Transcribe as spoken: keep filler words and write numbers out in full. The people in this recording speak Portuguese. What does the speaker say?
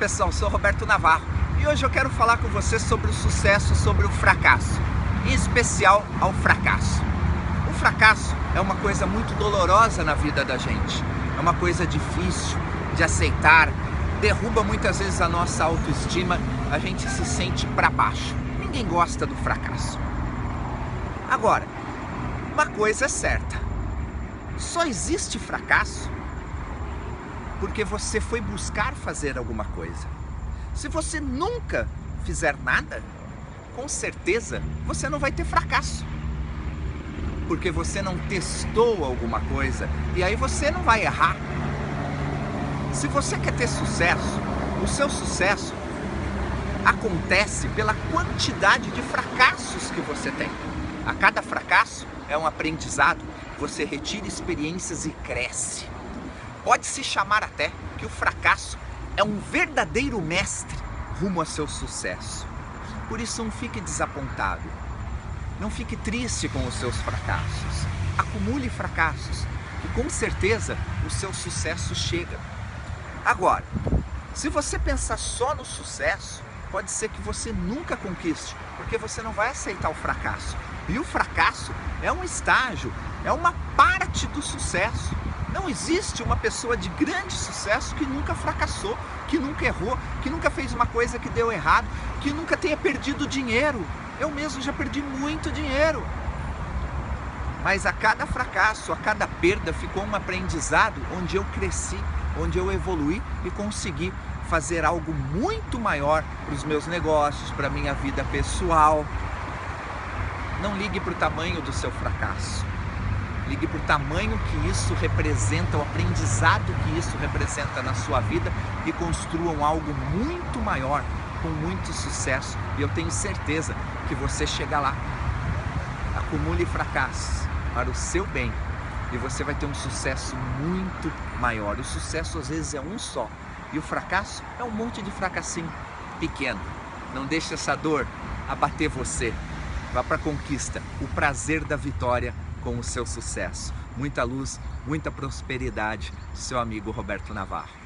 pessoal, sou Roberto Navarro e hoje eu quero falar com você sobre o sucesso, sobre o fracasso, em especial ao fracasso. O fracasso é uma coisa muito dolorosa na vida da gente, é uma coisa difícil de aceitar, derruba muitas vezes a nossa autoestima, a gente se sente para baixo. Ninguém gosta do fracasso. Agora, uma coisa é certa, só existe fracasso porque você foi buscar fazer alguma coisa. Se você nunca fizer nada, com certeza você não vai ter fracasso. Porque você não testou alguma coisa e aí você não vai errar. Se você quer ter sucesso, o seu sucesso acontece pela quantidade de fracassos que você tem. A cada fracasso é um aprendizado, você retira experiências e cresce. Pode-se chamar até que o fracasso é um verdadeiro mestre rumo ao seu sucesso. Por isso não fique desapontado, não fique triste com os seus fracassos. Acumule fracassos, que com certeza o seu sucesso chega. Agora, se você pensar só no sucesso, pode ser que você nunca conquiste, porque você não vai aceitar o fracasso. E o fracasso é um estágio, é uma parte do sucesso. Não existe uma pessoa de grande sucesso que nunca fracassou, que nunca errou, que nunca fez uma coisa que deu errado, que nunca tenha perdido dinheiro. Eu mesmo já perdi muito dinheiro. Mas a cada fracasso, a cada perda, ficou um aprendizado onde eu cresci, onde eu evoluí e consegui fazer algo muito maior para os meus negócios, para a minha vida pessoal. Não ligue para o tamanho do seu fracasso. Ligue para o tamanho que isso representa, o aprendizado que isso representa na sua vida e construam algo muito maior, com muito sucesso. E eu tenho certeza que você chega lá. Acumule fracassos para o seu bem e você vai ter um sucesso muito maior. O sucesso às vezes é um só e o fracasso é um monte de fracassinho pequeno. Não deixe essa dor abater você. Vá para a conquista, o prazer da vitória com o seu sucesso. Muita luz, muita prosperidade. Seu amigo Roberto Navarro.